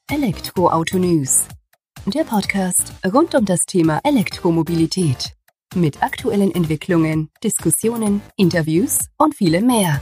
Elektroauto News, der Podcast rund um das Thema Elektromobilität. Mit aktuellen Entwicklungen, Diskussionen, Interviews und vielem mehr.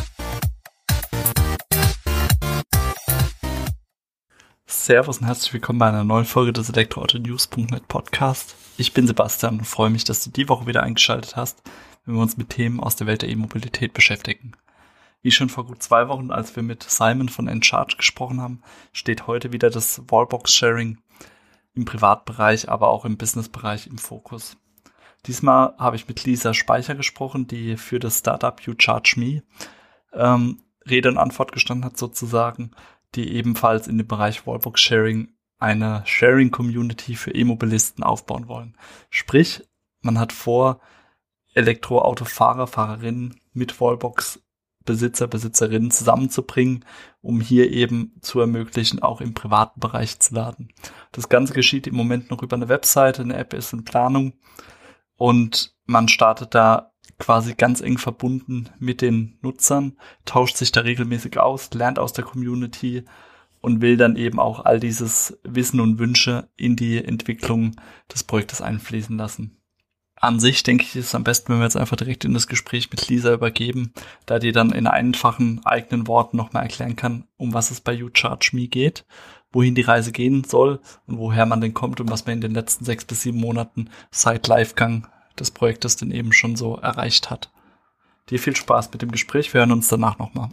Servus und herzlich willkommen bei einer neuen Folge des Elektroauto-News.net Podcast. Ich bin Sebastian und freue mich, dass du die Woche wieder eingeschaltet hast, wenn wir uns mit Themen aus der Welt der E-Mobilität beschäftigen. Wie schon vor gut 2 Wochen, als wir mit Simon von Encharge gesprochen haben, steht heute wieder das Wallbox-Sharing im Privatbereich, aber auch im Businessbereich im Fokus. Diesmal habe ich mit Lisa Speicher gesprochen, die für das Startup YouChargeMe Rede und Antwort gestanden hat sozusagen, die ebenfalls in dem Bereich Wallbox-Sharing eine Sharing-Community für E-Mobilisten aufbauen wollen. Sprich, man hat vor, Elektroautofahrer, Fahrerinnen mit Wallbox-Besitzer, Besitzerinnen zusammenzubringen, um hier eben zu ermöglichen, auch im privaten Bereich zu laden. Das Ganze geschieht im Moment noch über eine Webseite, eine App ist in Planung und man startet da quasi ganz eng verbunden mit den Nutzern, tauscht sich da regelmäßig aus, lernt aus der Community und will dann eben auch all dieses Wissen und Wünsche in die Entwicklung des Projektes einfließen lassen. An sich denke ich, ist es am besten, wenn wir jetzt einfach direkt in das Gespräch mit Lisa übergeben, da die dann in einfachen eigenen Worten nochmal erklären kann, um was es bei YouChargeMe geht, wohin die Reise gehen soll und woher man denn kommt und was man in den letzten 6 bis 7 Monaten seit Livegang des Projektes denn eben schon so erreicht hat. Dir viel Spaß mit dem Gespräch, wir hören uns danach nochmal.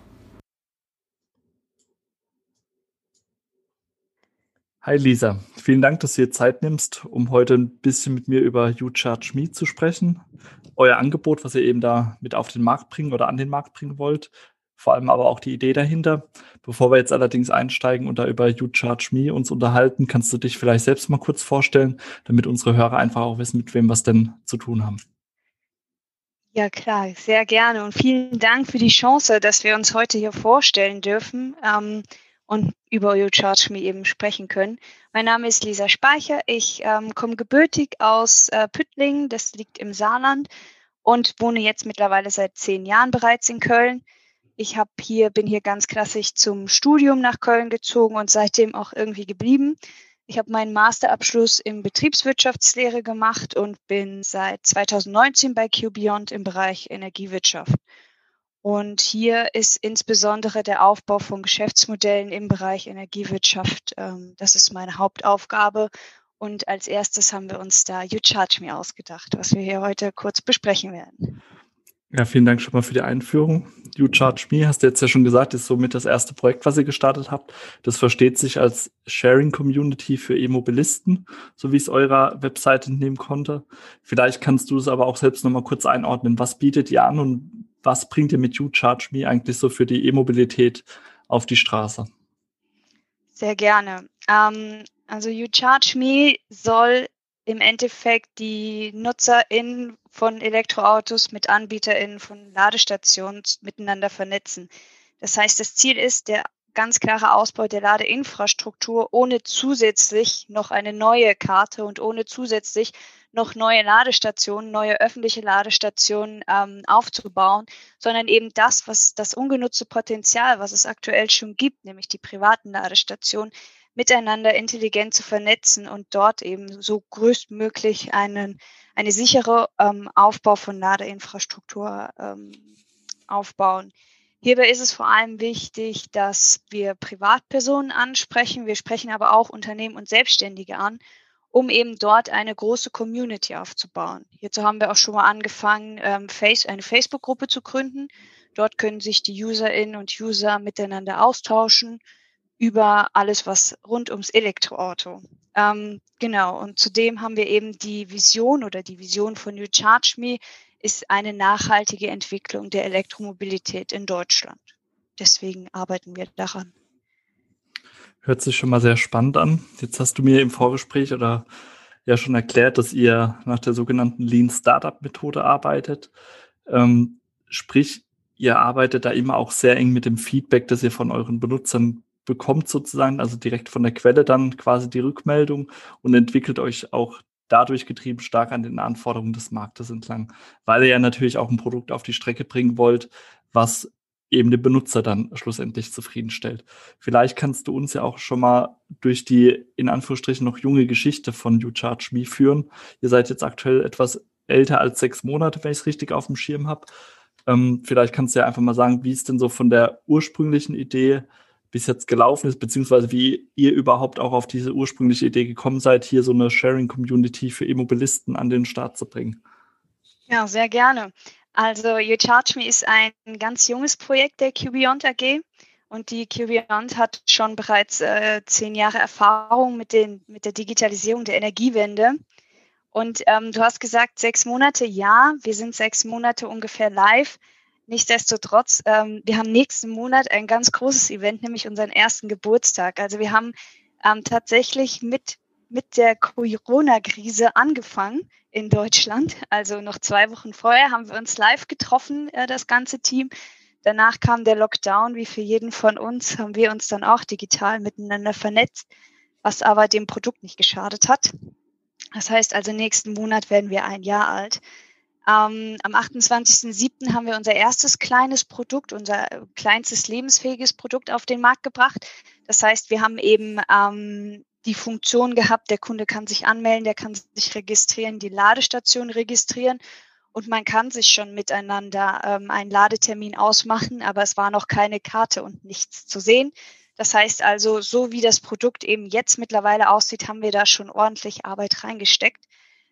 Hi Lisa, vielen Dank, dass du dir Zeit nimmst, um heute ein bisschen mit mir über YouChargeMe zu sprechen. Euer Angebot, was ihr eben da mit auf den Markt bringen oder an den Markt bringen wollt, vor allem aber auch die Idee dahinter. Bevor wir jetzt allerdings einsteigen und da über YouChargeMe uns unterhalten, kannst du dich vielleicht selbst mal kurz vorstellen, damit unsere Hörer einfach auch wissen, mit wem wir es denn zu tun haben. Ja klar, sehr gerne und vielen Dank für die Chance, dass wir uns heute hier vorstellen dürfen und über YouChargeMe eben sprechen können. Mein Name ist Lisa Speicher, ich komme gebürtig aus Püttlingen, das liegt im Saarland und wohne jetzt mittlerweile seit 10 Jahren bereits in Köln. Ich bin hier ganz klassisch zum Studium nach Köln gezogen und seitdem auch irgendwie geblieben. Ich habe meinen Masterabschluss in Betriebswirtschaftslehre gemacht und bin seit 2019 bei QBeyond im Bereich Energiewirtschaft. Und hier ist insbesondere der Aufbau von Geschäftsmodellen im Bereich Energiewirtschaft, das ist meine Hauptaufgabe. Und als erstes haben wir uns da YouChargeMe ausgedacht, was wir hier heute kurz besprechen werden. Ja, vielen Dank schon mal für die Einführung. YouChargeMe, hast du jetzt ja schon gesagt, ist somit das erste Projekt, was ihr gestartet habt. Das versteht sich als Sharing-Community für E-Mobilisten, so wie ich es eurer Webseite entnehmen konnte. Vielleicht kannst du es aber auch selbst noch mal kurz einordnen. Was bietet ihr an und was bringt ihr mit YouChargeMe eigentlich so für die E-Mobilität auf die Straße? Sehr gerne. Also YouChargeMe soll im Endeffekt die NutzerInnen von Elektroautos mit AnbieterInnen von Ladestationen miteinander vernetzen. Das heißt, das Ziel ist der ganz klare Ausbau der Ladeinfrastruktur, ohne zusätzlich noch eine neue Karte und ohne zusätzlich noch neue Ladestationen, neue öffentliche Ladestationen aufzubauen, sondern eben das ungenutzte Potenzial, was es aktuell schon gibt, nämlich die privaten Ladestationen, miteinander intelligent zu vernetzen und dort eben so größtmöglich eine sichere Aufbau von Ladeinfrastruktur aufbauen. Hierbei ist es vor allem wichtig, dass wir Privatpersonen ansprechen. Wir sprechen aber auch Unternehmen und Selbstständige an, um eben dort eine große Community aufzubauen. Hierzu haben wir auch schon mal angefangen, eine Facebook-Gruppe zu gründen. Dort können sich die UserInnen und User miteinander austauschen über alles, was rund ums Elektroauto. Genau, und zudem haben wir eben die Vision von YouChargeMe ist eine nachhaltige Entwicklung der Elektromobilität in Deutschland. Deswegen arbeiten wir daran. Hört sich schon mal sehr spannend an. Jetzt hast du mir im Vorgespräch oder ja schon erklärt, dass ihr nach der sogenannten Lean Startup Methode arbeitet. Sprich, ihr arbeitet da immer auch sehr eng mit dem Feedback, das ihr von euren Benutzern bekommt sozusagen, also direkt von der Quelle dann quasi die Rückmeldung und entwickelt euch auch dadurch getrieben stark an den Anforderungen des Marktes entlang, weil ihr ja natürlich auch ein Produkt auf die Strecke bringen wollt, was eben den Benutzer dann schlussendlich zufriedenstellt. Vielleicht kannst du uns ja auch schon mal durch die in Anführungsstrichen noch junge Geschichte von YouCharge.me führen. Ihr seid jetzt aktuell etwas älter als 6 Monate, wenn ich es richtig auf dem Schirm habe. Vielleicht kannst du ja einfach mal sagen, wie es denn so von der ursprünglichen Idee bis jetzt gelaufen ist, beziehungsweise wie ihr überhaupt auch auf diese ursprüngliche Idee gekommen seid, hier so eine Sharing-Community für E-Mobilisten an den Start zu bringen. Ja, sehr gerne. Also YouCharge.me ist ein ganz junges Projekt der QBeyond AG und die QBeyond hat schon bereits 10 Jahre Erfahrung mit der Digitalisierung der Energiewende. Und du hast gesagt, 6 Monate, ja, wir sind 6 Monate ungefähr live. Nichtsdestotrotz, wir haben nächsten Monat ein ganz großes Event, nämlich unseren ersten Geburtstag. Also wir haben tatsächlich mit der Corona-Krise angefangen in Deutschland. Also noch 2 Wochen vorher haben wir uns live getroffen, das ganze Team. Danach kam der Lockdown. Wie für jeden von uns haben wir uns dann auch digital miteinander vernetzt, was aber dem Produkt nicht geschadet hat. Das heißt also, nächsten Monat werden wir 1 Jahr alt. Am 28.07. haben wir unser erstes kleines Produkt, unser kleinstes lebensfähiges Produkt auf den Markt gebracht. Das heißt, wir haben eben die Funktion gehabt, der Kunde kann sich anmelden, der kann sich registrieren, die Ladestation registrieren und man kann sich schon miteinander einen Ladetermin ausmachen, aber es war noch keine Karte und nichts zu sehen. Das heißt also, so wie das Produkt eben jetzt mittlerweile aussieht, haben wir da schon ordentlich Arbeit reingesteckt.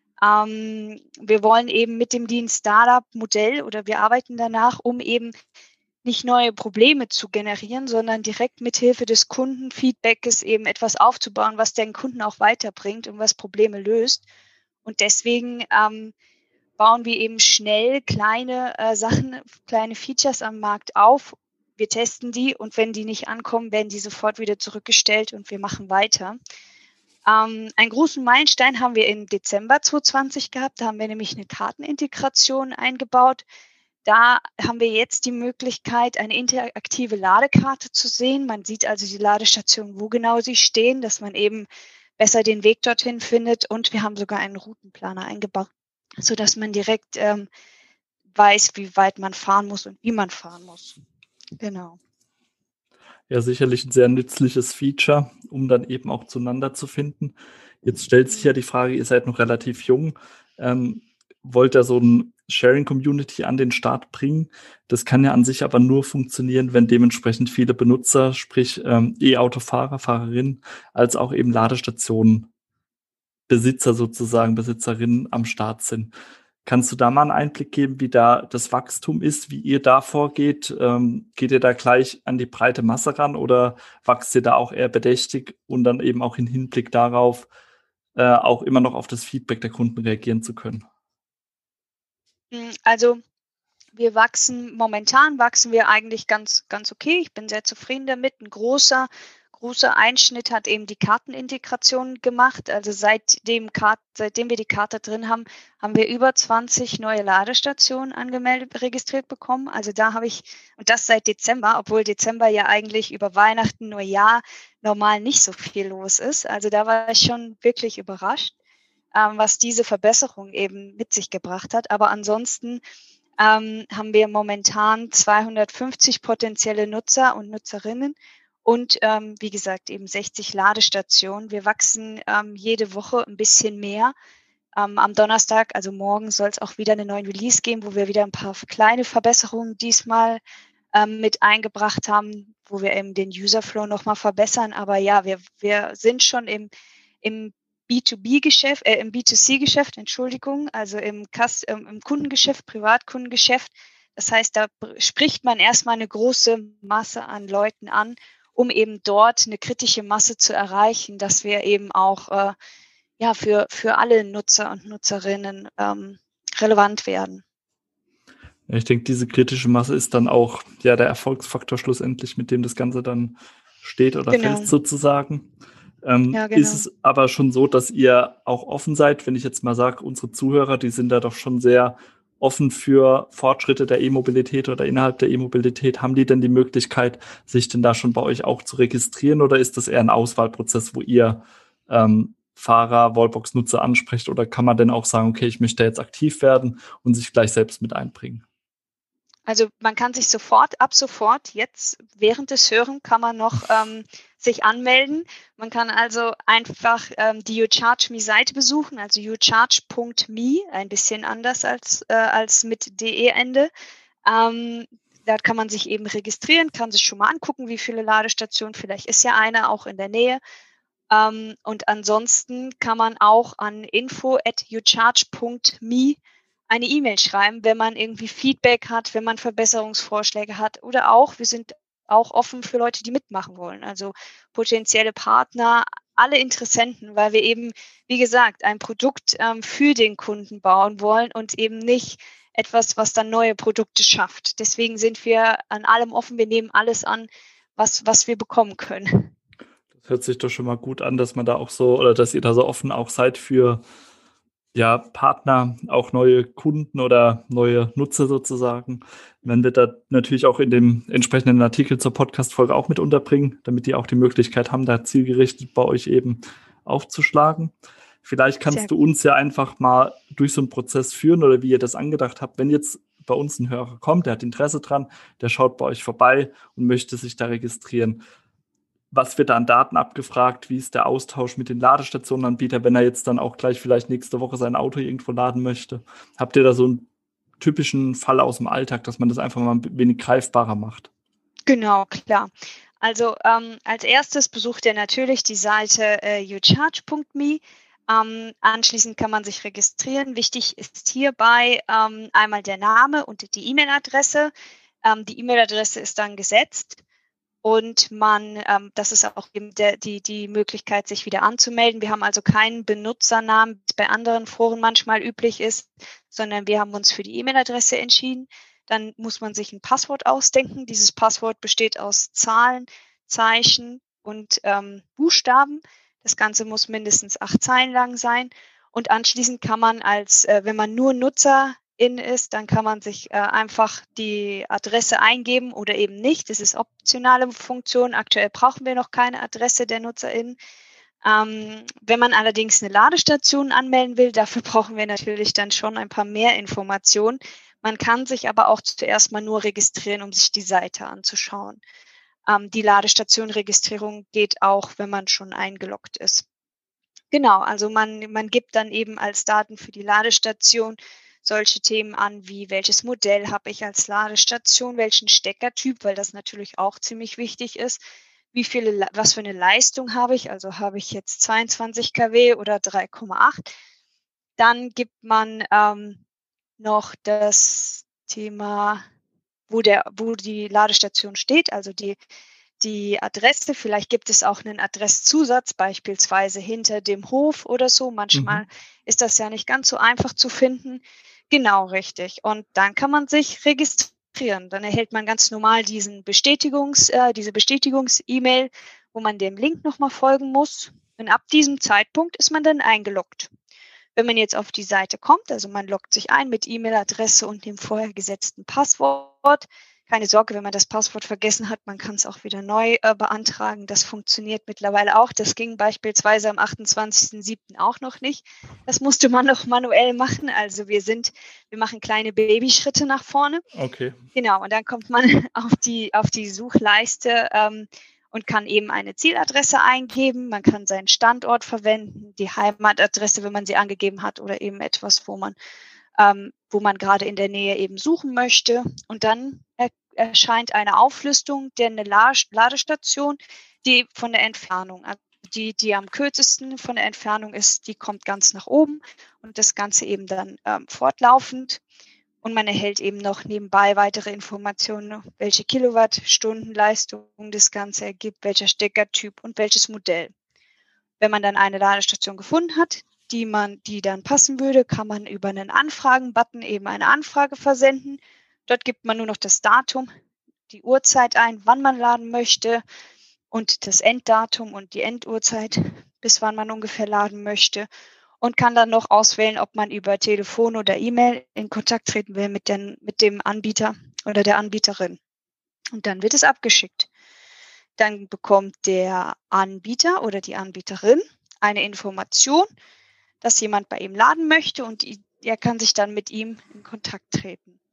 Wir wollen eben mit dem Lean Startup Modell oder wir arbeiten danach, um eben nicht neue Probleme zu generieren, sondern direkt mit Hilfe des Kundenfeedbacks eben etwas aufzubauen, was den Kunden auch weiterbringt und was Probleme löst. Und deswegen bauen wir eben schnell kleine Sachen, kleine Features am Markt auf. Wir testen die und wenn die nicht ankommen, werden die sofort wieder zurückgestellt und wir machen weiter. Einen großen Meilenstein haben wir im Dezember 2020 gehabt. Da haben wir nämlich eine Kartenintegration eingebaut. Da haben wir jetzt die Möglichkeit, eine interaktive Ladekarte zu sehen. Man sieht also die Ladestationen, wo genau sie stehen, dass man eben besser den Weg dorthin findet. Und wir haben sogar einen Routenplaner eingebaut, sodass man direkt weiß, wie weit man fahren muss und wie man fahren muss. Genau. Ja, sicherlich ein sehr nützliches Feature, um dann eben auch zueinander zu finden. Jetzt stellt sich ja die Frage, ihr seid noch relativ jung, wollt ihr so ein Sharing-Community an den Start bringen? Das kann ja an sich aber nur funktionieren, wenn dementsprechend viele Benutzer, sprich E-Autofahrer, Fahrerinnen, als auch eben Ladestationen Besitzer sozusagen, Besitzerinnen am Start sind. Kannst du da mal einen Einblick geben, wie da das Wachstum ist, wie ihr da vorgeht? Geht ihr da gleich an die breite Masse ran oder wachst ihr da auch eher bedächtig und dann eben auch im Hinblick darauf, auch immer noch auf das Feedback der Kunden reagieren zu können? Also momentan wachsen wir eigentlich ganz okay. Ich bin sehr zufrieden damit. Ein großer Einschnitt hat eben die Kartenintegration gemacht. Also seitdem wir die Karte drin haben, haben wir über 20 neue Ladestationen registriert bekommen. Also und das seit Dezember, obwohl Dezember ja eigentlich über Weihnachten, Neujahr normal nicht so viel los ist. Also da war ich schon wirklich überrascht, was diese Verbesserung eben mit sich gebracht hat. Aber ansonsten haben wir momentan 250 potenzielle Nutzer und Nutzerinnen und wie gesagt eben 60 Ladestationen. Wir wachsen jede Woche ein bisschen mehr. Am Donnerstag, also morgen, soll es auch wieder einen neuen Release geben, wo wir wieder ein paar kleine Verbesserungen diesmal mit eingebracht haben, wo wir eben den User-Flow nochmal verbessern. Aber ja, wir sind schon im B2B-Geschäft, im B2C-Geschäft, Entschuldigung, also im Kundengeschäft, Privatkundengeschäft. Das heißt, da spricht man erstmal eine große Masse an Leuten an, um eben dort eine kritische Masse zu erreichen, dass wir eben auch für alle Nutzer und Nutzerinnen relevant werden. Ja, ich denke, diese kritische Masse ist dann auch ja der Erfolgsfaktor schlussendlich, mit dem das Ganze dann steht oder fällt sozusagen. Ja, genau. Ist es aber schon so, dass ihr auch offen seid, wenn ich jetzt mal sage, unsere Zuhörer, die sind da doch schon sehr offen für Fortschritte der E-Mobilität oder innerhalb der E-Mobilität. Haben die denn die Möglichkeit, sich denn da schon bei euch auch zu registrieren oder ist das eher ein Auswahlprozess, wo ihr Fahrer, Wallbox-Nutzer ansprecht oder kann man denn auch sagen, okay, ich möchte jetzt aktiv werden und sich gleich selbst mit einbringen? Also man kann sich ab sofort, jetzt während des Hören, kann man noch sich anmelden. Man kann also einfach die YouCharge.me-Seite besuchen, also youcharge.me, ein bisschen anders als mit DE-Ende. Da kann man sich eben registrieren, kann sich schon mal angucken, wie viele Ladestationen, vielleicht ist ja eine auch in der Nähe. Und ansonsten kann man auch an info@youcharge.me eine E-Mail schreiben, wenn man irgendwie Feedback hat, wenn man Verbesserungsvorschläge hat oder auch, wir sind auch offen für Leute, die mitmachen wollen, also potenzielle Partner, alle Interessenten, weil wir eben, wie gesagt, ein Produkt für den Kunden bauen wollen und eben nicht etwas, was dann neue Produkte schafft. Deswegen sind wir an allem offen, wir nehmen alles an, was wir bekommen können. Das hört sich doch schon mal gut an, dass man da auch so, oder dass ihr da so offen auch seid für ja, Partner, auch neue Kunden oder neue Nutzer sozusagen. Man wird da natürlich auch in dem entsprechenden Artikel zur Podcast-Folge auch mit unterbringen, damit die auch die Möglichkeit haben, da zielgerichtet bei euch eben aufzuschlagen. Vielleicht kannst du uns ja einfach mal durch so einen Prozess führen oder wie ihr das angedacht habt, wenn jetzt bei uns ein Hörer kommt, der hat Interesse dran, der schaut bei euch vorbei und möchte sich da registrieren. Was wird da an Daten abgefragt? Wie ist der Austausch mit den Ladestationenanbietern, wenn er jetzt dann auch gleich vielleicht nächste Woche sein Auto irgendwo laden möchte? Habt ihr da so einen typischen Fall aus dem Alltag, dass man das einfach mal ein wenig greifbarer macht? Genau, klar. Also als erstes besucht ihr natürlich die Seite youcharge.me. Anschließend kann man sich registrieren. Wichtig ist hierbei einmal der Name und die E-Mail-Adresse. Die E-Mail-Adresse ist dann gesetzt. Und das ist auch eben die Möglichkeit, sich wieder anzumelden. Wir haben also keinen Benutzernamen, wie es bei anderen Foren manchmal üblich ist, sondern wir haben uns für die E-Mail-Adresse entschieden. Dann muss man sich ein Passwort ausdenken. Dieses Passwort besteht aus Zahlen, Zeichen und Buchstaben. Das Ganze muss mindestens 8 Zeilen lang sein. Und anschließend kann man wenn man nur Nutzerin ist, dann kann man sich einfach die Adresse eingeben oder eben nicht. Das ist optionale Funktion. Aktuell brauchen wir noch keine Adresse der NutzerInnen. Wenn man allerdings eine Ladestation anmelden will, dafür brauchen wir natürlich dann schon ein paar mehr Informationen. Man kann sich aber auch zuerst mal nur registrieren, um sich die Seite anzuschauen. Die Ladestationenregistrierung geht auch, wenn man schon eingeloggt ist. Genau, also man gibt dann eben als Daten für die Ladestation solche Themen an, wie welches Modell habe ich als Ladestation, welchen Steckertyp, weil das natürlich auch ziemlich wichtig ist, was für eine Leistung habe ich, also habe ich jetzt 22 kW oder 3,8. Dann gibt man noch das Thema, wo die Ladestation steht, also die Adresse. Vielleicht gibt es auch einen Adresszusatz, beispielsweise hinter dem Hof oder so. Manchmal ist das ja nicht ganz so einfach zu finden. Genau, richtig. Und dann kann man sich registrieren. Dann erhält man ganz normal diese Bestätigungs-E-Mail, wo man dem Link nochmal folgen muss. Und ab diesem Zeitpunkt ist man dann eingeloggt. Wenn man jetzt auf die Seite kommt, also man loggt sich ein mit E-Mail-Adresse und dem vorher gesetzten Passwort. Keine Sorge, wenn man das Passwort vergessen hat, man kann es auch wieder neu beantragen. Das funktioniert mittlerweile auch. Das ging beispielsweise am 28.07. auch noch nicht. Das musste man noch manuell machen. Also wir machen kleine Babyschritte nach vorne. Okay. Genau, und dann kommt man auf die Suchleiste und kann eben eine Zieladresse eingeben. Man kann seinen Standort verwenden, die Heimatadresse, wenn man sie angegeben hat, oder eben etwas, wo man gerade in der Nähe eben suchen möchte. Und dann erscheint eine Auflistung der eine Ladestation, die von der Entfernung, die am kürzesten von der Entfernung ist, die kommt ganz nach oben und das Ganze eben dann fortlaufend. Und man erhält eben noch nebenbei weitere Informationen, welche Kilowattstundenleistung das Ganze ergibt, welcher Steckertyp und welches Modell. Wenn man dann eine Ladestation gefunden hat, die dann passen würde, kann man über einen Anfragen-Button eben eine Anfrage versenden. Dort gibt man nur noch das Datum, die Uhrzeit ein, wann man laden möchte und das Enddatum und die Enduhrzeit, bis wann man ungefähr laden möchte. Und kann dann noch auswählen, ob man über Telefon oder E-Mail in Kontakt treten will mit dem Anbieter oder der Anbieterin. Und dann wird es abgeschickt. Dann bekommt der Anbieter oder die Anbieterin eine Information, dass jemand bei ihm laden möchte und er kann sich dann mit ihm in Kontakt treten.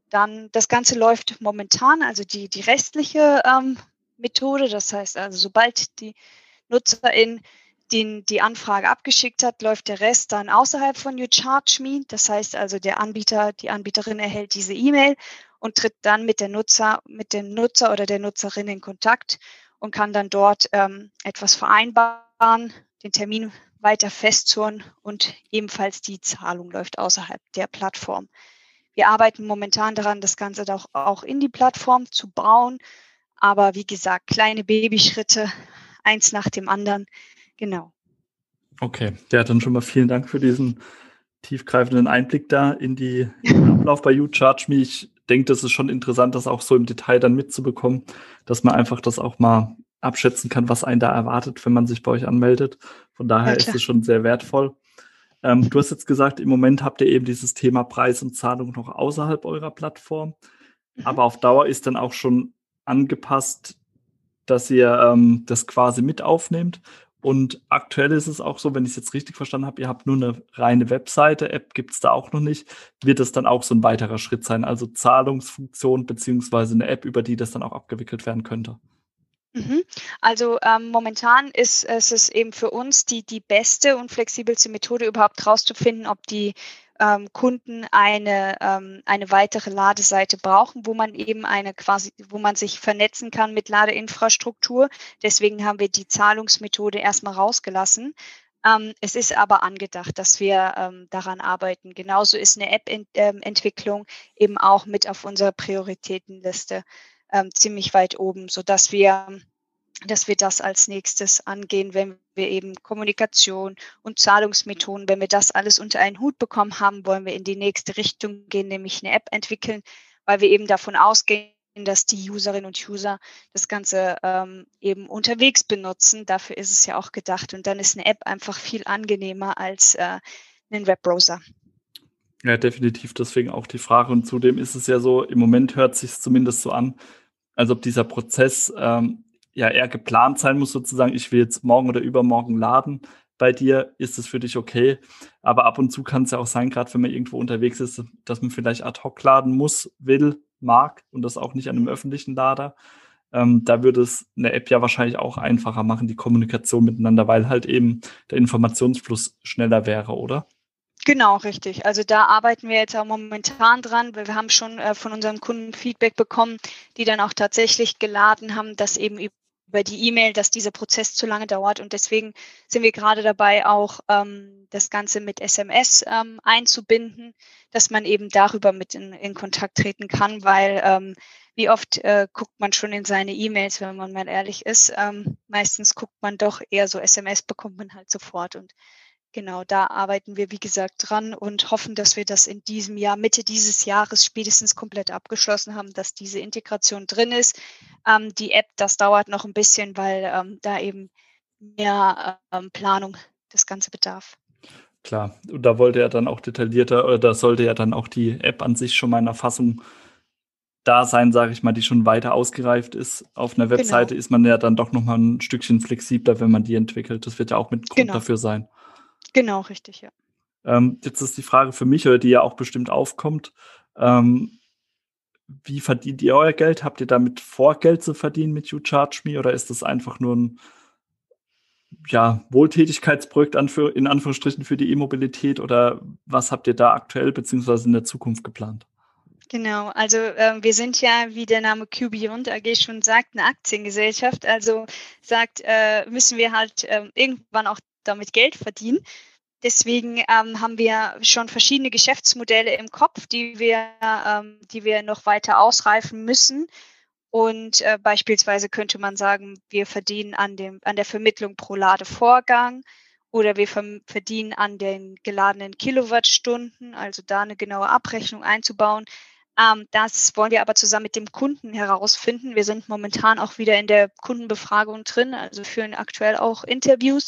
dann das Ganze läuft momentan, also die restliche Methode, das heißt also, sobald die Nutzerin die Anfrage abgeschickt hat, läuft der Rest dann außerhalb von You Charge Me. Das heißt also, der Anbieter, die Anbieterin erhält diese E-Mail und tritt dann mit dem Nutzer oder der Nutzerin in Kontakt und kann dann dort etwas vereinbaren, den Termin weiter festzurren und ebenfalls die Zahlung läuft außerhalb der Plattform. Wir arbeiten momentan daran, das Ganze auch in die Plattform zu bauen. Aber wie gesagt, kleine Babyschritte, eins nach dem anderen. Genau. Okay, ja, dann schon mal vielen Dank für diesen tiefgreifenden Einblick da in den Ablauf bei You Charge Me. Ich denke, das ist schon interessant, das auch so im Detail dann mitzubekommen, dass man einfach das auch mal abschätzen kann, was einen da erwartet, wenn man sich bei euch anmeldet. Von daher ist es schon sehr wertvoll. Du hast jetzt gesagt, im Moment habt ihr eben dieses Thema Preis und Zahlung noch außerhalb eurer Plattform. Aber auf Dauer ist dann auch schon angepasst, dass ihr das quasi mit aufnehmt. Und aktuell ist es auch so, wenn ich es jetzt richtig verstanden habe, ihr habt nur eine reine Webseite, App gibt es da auch noch nicht. Wird es dann auch so ein weiterer Schritt sein, also Zahlungsfunktion beziehungsweise eine App, über die das dann auch abgewickelt werden könnte? Also momentan ist es eben für uns die beste und flexibelste Methode, überhaupt herauszufinden, ob die Kunden eine weitere Ladeseite brauchen, wo man eben wo man sich vernetzen kann mit Ladeinfrastruktur. Deswegen haben wir die Zahlungsmethode erstmal rausgelassen. Es ist aber angedacht, dass wir daran arbeiten. Genauso ist eine App-Entwicklung eben auch mit auf unserer Prioritätenliste ziemlich weit oben, sodass wir das als nächstes angehen, wenn wir eben Kommunikation und Zahlungsmethoden, wenn wir das alles unter einen Hut bekommen haben, wollen wir in die nächste Richtung gehen, nämlich eine App entwickeln, weil wir eben davon ausgehen, dass die Userinnen und User das Ganze eben unterwegs benutzen. Dafür ist es ja auch gedacht. Und dann ist eine App einfach viel angenehmer als ein Webbrowser. Ja, definitiv. Deswegen auch die Frage. Und zudem ist es ja so, im Moment hört sich zumindest so an, als ob dieser Prozess ja eher geplant sein muss, sozusagen. Ich will jetzt morgen oder übermorgen laden. Bei dir ist es für dich okay. Aber ab und zu kann es ja auch sein, gerade wenn man irgendwo unterwegs ist, dass man vielleicht ad hoc laden muss, will, mag und das auch nicht an einem öffentlichen Lader. Da würde es eine App ja wahrscheinlich auch einfacher machen, die Kommunikation miteinander, weil halt eben der Informationsfluss schneller wäre, oder? Genau, richtig. Also da arbeiten wir jetzt auch momentan dran, weil wir haben schon von unseren Kunden Feedback bekommen, die dann auch tatsächlich geladen haben, dass eben über die E-Mail, dass dieser Prozess zu lange dauert. Und deswegen sind wir gerade dabei, auch das Ganze mit SMS einzubinden, dass man eben darüber mit in Kontakt treten kann, weil wie oft guckt man schon in seine E-Mails, wenn man mal ehrlich ist. Meistens guckt man doch eher so SMS, bekommt man halt sofort. Und genau, da arbeiten wir, wie gesagt, dran und hoffen, dass wir das in diesem Jahr, Mitte dieses Jahres spätestens komplett abgeschlossen haben, dass diese Integration drin ist. Die App, das dauert noch ein bisschen, weil da eben mehr Planung das Ganze bedarf. Klar, und da wollte er dann auch detaillierter, oder da sollte ja dann auch die App an sich schon mal in einer Fassung da sein, sage ich mal, die schon weiter ausgereift ist. Auf einer Webseite ist man ja dann doch noch mal ein Stückchen flexibler, wenn man die entwickelt. Das wird ja auch mit Grund dafür sein. Genau, richtig, ja. Jetzt ist die Frage für mich, oder die ja auch bestimmt aufkommt, wie verdient ihr euer Geld? Habt ihr damit vor, Geld zu verdienen mit You Charge Me, oder ist das einfach nur ein Wohltätigkeitsprojekt in Anführungsstrichen für die E-Mobilität, oder was habt ihr da aktuell beziehungsweise in der Zukunft geplant? Genau, also wir sind ja, wie der Name QBeyond AG schon sagt, eine Aktiengesellschaft. Also müssen wir halt irgendwann auch damit Geld verdienen. Deswegen haben wir schon verschiedene Geschäftsmodelle im Kopf, die wir noch weiter ausreifen müssen. Und beispielsweise könnte man sagen, wir verdienen an der Vermittlung pro Ladevorgang oder wir verdienen an den geladenen Kilowattstunden, also da eine genaue Abrechnung einzubauen. Das wollen wir aber zusammen mit dem Kunden herausfinden. Wir sind momentan auch wieder in der Kundenbefragung drin, also führen aktuell auch Interviews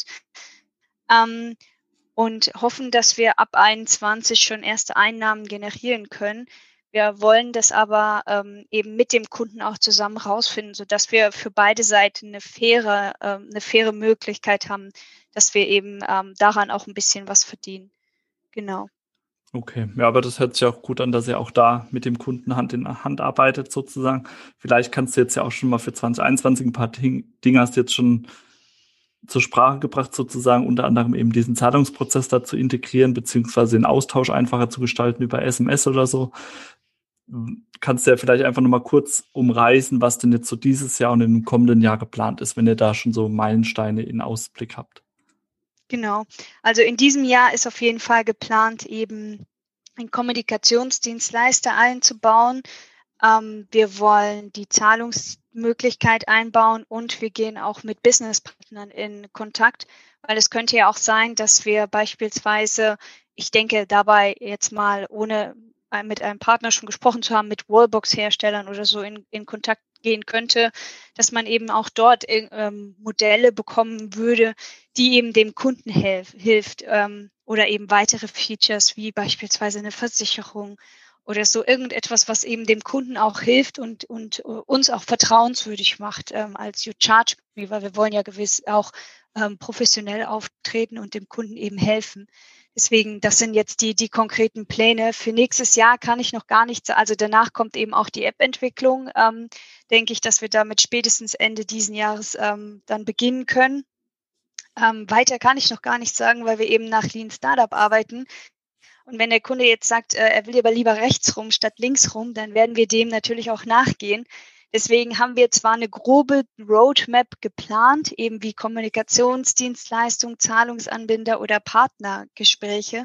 und hoffen, dass wir ab 21 schon erste Einnahmen generieren können. Wir wollen das aber eben mit dem Kunden auch zusammen rausfinden, sodass wir für beide Seiten eine faire Möglichkeit haben, dass wir eben daran auch ein bisschen was verdienen. Genau. Okay, ja, aber das hört sich auch gut an, dass ihr auch da mit dem Kunden Hand in Hand arbeitet sozusagen. Vielleicht kannst du jetzt ja auch schon mal für 2021 ein paar Dinge hast du jetzt schon zur Sprache gebracht sozusagen, unter anderem eben diesen Zahlungsprozess da zu integrieren, beziehungsweise den Austausch einfacher zu gestalten über SMS oder so. Kannst du ja vielleicht einfach nochmal kurz umreißen, was denn jetzt so dieses Jahr und im kommenden Jahr geplant ist, wenn ihr da schon so Meilensteine in Ausblick habt. Genau. Also in diesem Jahr ist auf jeden Fall geplant, eben einen Kommunikationsdienstleister einzubauen. Wir wollen die Zahlungsmöglichkeit einbauen und wir gehen auch mit Businesspartnern in Kontakt, weil es könnte ja auch sein, dass wir beispielsweise, ich denke dabei jetzt mal, ohne mit einem Partner schon gesprochen zu haben, mit Wallbox-Herstellern oder so in Kontakt gehen könnte, dass man eben auch dort Modelle bekommen würde, die eben dem Kunden hilft oder eben weitere Features wie beispielsweise eine Versicherung oder so irgendetwas, was eben dem Kunden auch hilft und uns auch vertrauenswürdig macht als You Charge Me, weil wir wollen ja gewiss auch professionell auftreten und dem Kunden eben helfen. Deswegen, das sind jetzt die konkreten Pläne. Für nächstes Jahr kann ich noch gar nichts, also danach kommt eben auch die App-Entwicklung. Denke ich, dass wir damit spätestens Ende diesen Jahres dann beginnen können. Weiter kann ich noch gar nichts sagen, weil wir eben nach Lean Startup arbeiten. Und wenn der Kunde jetzt sagt, er will aber lieber rechts rum statt links rum, dann werden wir dem natürlich auch nachgehen. Deswegen haben wir zwar eine grobe Roadmap geplant, eben wie Kommunikationsdienstleistung, Zahlungsanbinder oder Partnergespräche,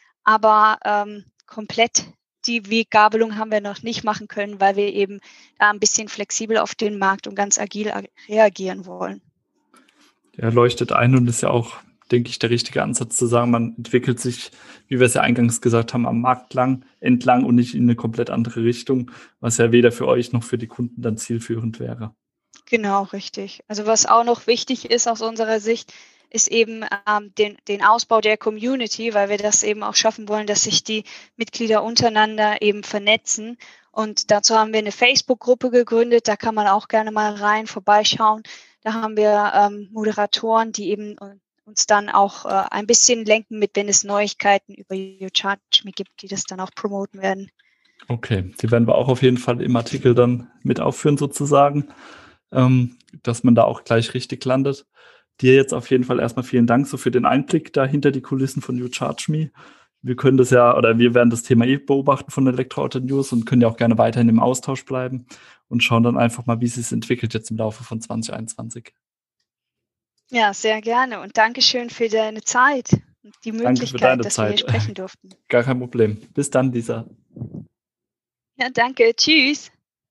aber komplett die Weggabelung haben wir noch nicht machen können, weil wir eben da ein bisschen flexibel auf den Markt und ganz agil reagieren wollen. Der leuchtet ein und ist ja auch, denke ich, der richtige Ansatz zu sagen, man entwickelt sich, wie wir es ja eingangs gesagt haben, am Markt entlang und nicht in eine komplett andere Richtung, was ja weder für euch noch für die Kunden dann zielführend wäre. Genau, richtig. Also was auch noch wichtig ist aus unserer Sicht, ist eben den Ausbau der Community, weil wir das eben auch schaffen wollen, dass sich die Mitglieder untereinander eben vernetzen. Und dazu haben wir eine Facebook-Gruppe gegründet, da kann man auch gerne mal vorbeischauen. Da haben wir Moderatoren, die eben uns dann auch ein bisschen lenken mit, wenn es Neuigkeiten über You Charge Me gibt, die das dann auch promoten werden. Okay, die werden wir auch auf jeden Fall im Artikel dann mit aufführen sozusagen, dass man da auch gleich richtig landet. Dir jetzt auf jeden Fall erstmal vielen Dank so für den Einblick da hinter die Kulissen von You Charge Me. Wir können das ja, oder wir werden das Thema beobachten von Elektroauto News und können ja auch gerne weiterhin im Austausch bleiben und schauen dann einfach mal, wie es sich entwickelt jetzt im Laufe von 2021. Ja, sehr gerne und Dankeschön für deine Zeit und die Möglichkeit, dass wir hier sprechen durften. Gar kein Problem. Bis dann, Lisa. Ja, danke. Tschüss.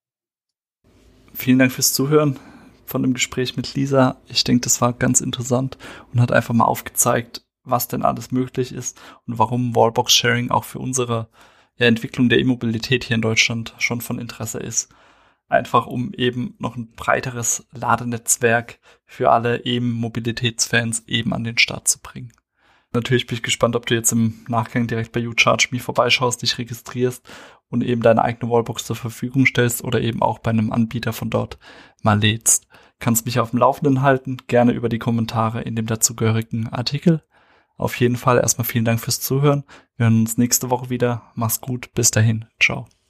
Vielen Dank fürs Zuhören von dem Gespräch mit Lisa. Ich denke, das war ganz interessant und hat einfach mal aufgezeigt, was denn alles möglich ist und warum Wallbox-Sharing auch für unsere Entwicklung der E-Mobilität hier in Deutschland schon von Interesse ist. Einfach um eben noch ein breiteres Ladenetzwerk für alle E-Mobilitätsfans eben an den Start zu bringen. Natürlich bin ich gespannt, ob du jetzt im Nachgang direkt bei You Charge Me vorbeischaust, dich registrierst und eben deine eigene Wallbox zur Verfügung stellst oder eben auch bei einem Anbieter von dort mal lädst. Kannst mich auf dem Laufenden halten, gerne über die Kommentare in dem dazugehörigen Artikel. Auf jeden Fall erstmal vielen Dank fürs Zuhören. Wir hören uns nächste Woche wieder. Mach's gut, bis dahin. Ciao.